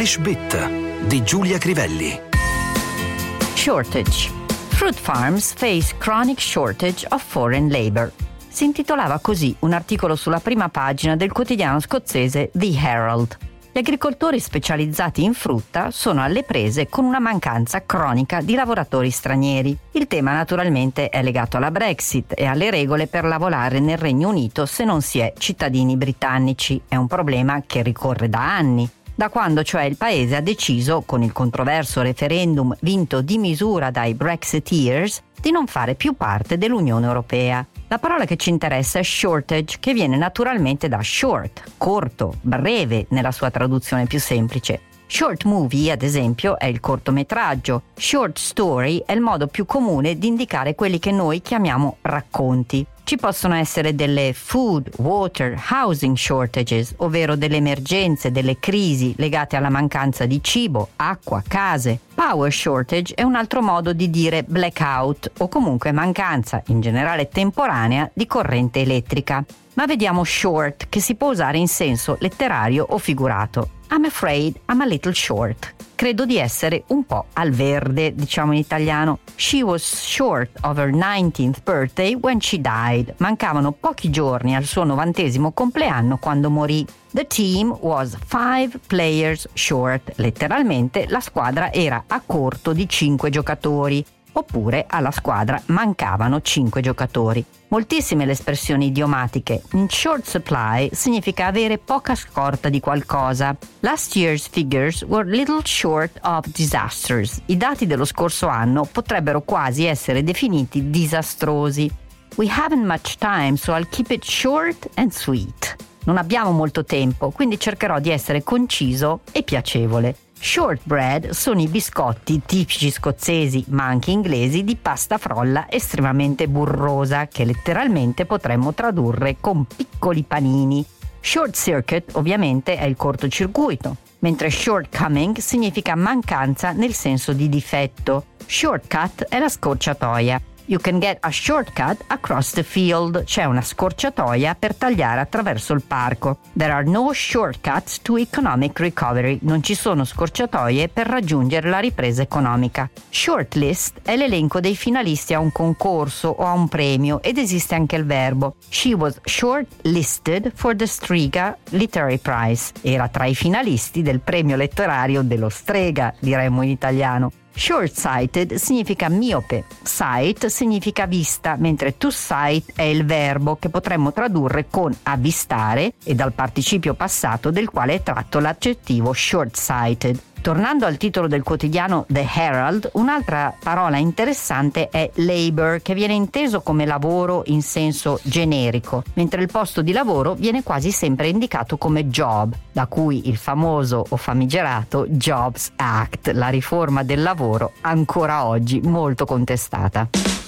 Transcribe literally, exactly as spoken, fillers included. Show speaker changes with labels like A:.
A: English Bit di Giulia Crivelli.
B: Shortage. Fruit farms face chronic shortage of foreign labor. Si intitolava così un articolo sulla prima pagina del quotidiano scozzese The Herald. Gli agricoltori specializzati in frutta sono alle prese con una mancanza cronica di lavoratori stranieri. Il tema naturalmente è legato alla Brexit e alle regole per lavorare nel Regno Unito se non si è cittadini britannici. È un problema che ricorre da anni, da quando cioè il paese ha deciso, con il controverso referendum vinto di misura dai Brexiteers, di non fare più parte dell'Unione Europea. La parola che ci interessa è shortage, che viene naturalmente da short, corto, breve nella sua traduzione più semplice. Short movie, ad esempio, è il cortometraggio. Short story è il modo più comune di indicare quelli che noi chiamiamo racconti. Ci possono essere delle food, water, housing shortages, ovvero delle emergenze, delle crisi legate alla mancanza di cibo, acqua, case. Power shortage è un altro modo di dire blackout o comunque mancanza, in generale temporanea, di corrente elettrica. Ma vediamo short, che si può usare in senso letterario o figurato. I'm afraid I'm a little short. Credo di essere un po' al verde, diciamo in italiano. She was short of her nineteenth birthday when she died. Mancavano pochi giorni al suo novantesimo compleanno quando morì. The team was five players short. Letteralmente la squadra era a corto di cinque giocatori. Oppure alla squadra mancavano cinque giocatori. Moltissime le espressioni idiomatiche. In short supply significa avere poca scorta di qualcosa. Last year's figures were little short of disasters. I dati dello scorso anno potrebbero quasi essere definiti disastrosi. We haven't much time, so I'll keep it short and sweet. Non abbiamo molto tempo, quindi cercherò di essere conciso e piacevole. Shortbread sono i biscotti tipici scozzesi, ma anche inglesi, di pasta frolla estremamente burrosa, che letteralmente potremmo tradurre con piccoli panini. Short circuit ovviamente è il cortocircuito, mentre shortcoming significa mancanza nel senso di difetto. Shortcut è la scorciatoia. You can get a shortcut across the field. C'è una scorciatoia per tagliare attraverso il parco. There are no shortcuts to economic recovery. Non ci sono scorciatoie per raggiungere la ripresa economica. Shortlist è l'elenco dei finalisti a un concorso o a un premio, ed esiste anche il verbo. She was shortlisted for the Strega Literary Prize. Era tra i finalisti del premio letterario dello Strega, diremmo in italiano. Short-sighted significa miope, sight significa vista, mentre to sight è il verbo che potremmo tradurre con avvistare e dal participio passato del quale è tratto l'aggettivo short-sighted. Tornando al titolo del quotidiano The Herald, un'altra parola interessante è labor, che viene inteso come lavoro in senso generico, mentre il posto di lavoro viene quasi sempre indicato come job, da cui il famoso o famigerato Jobs Act, la riforma del lavoro ancora oggi molto contestata.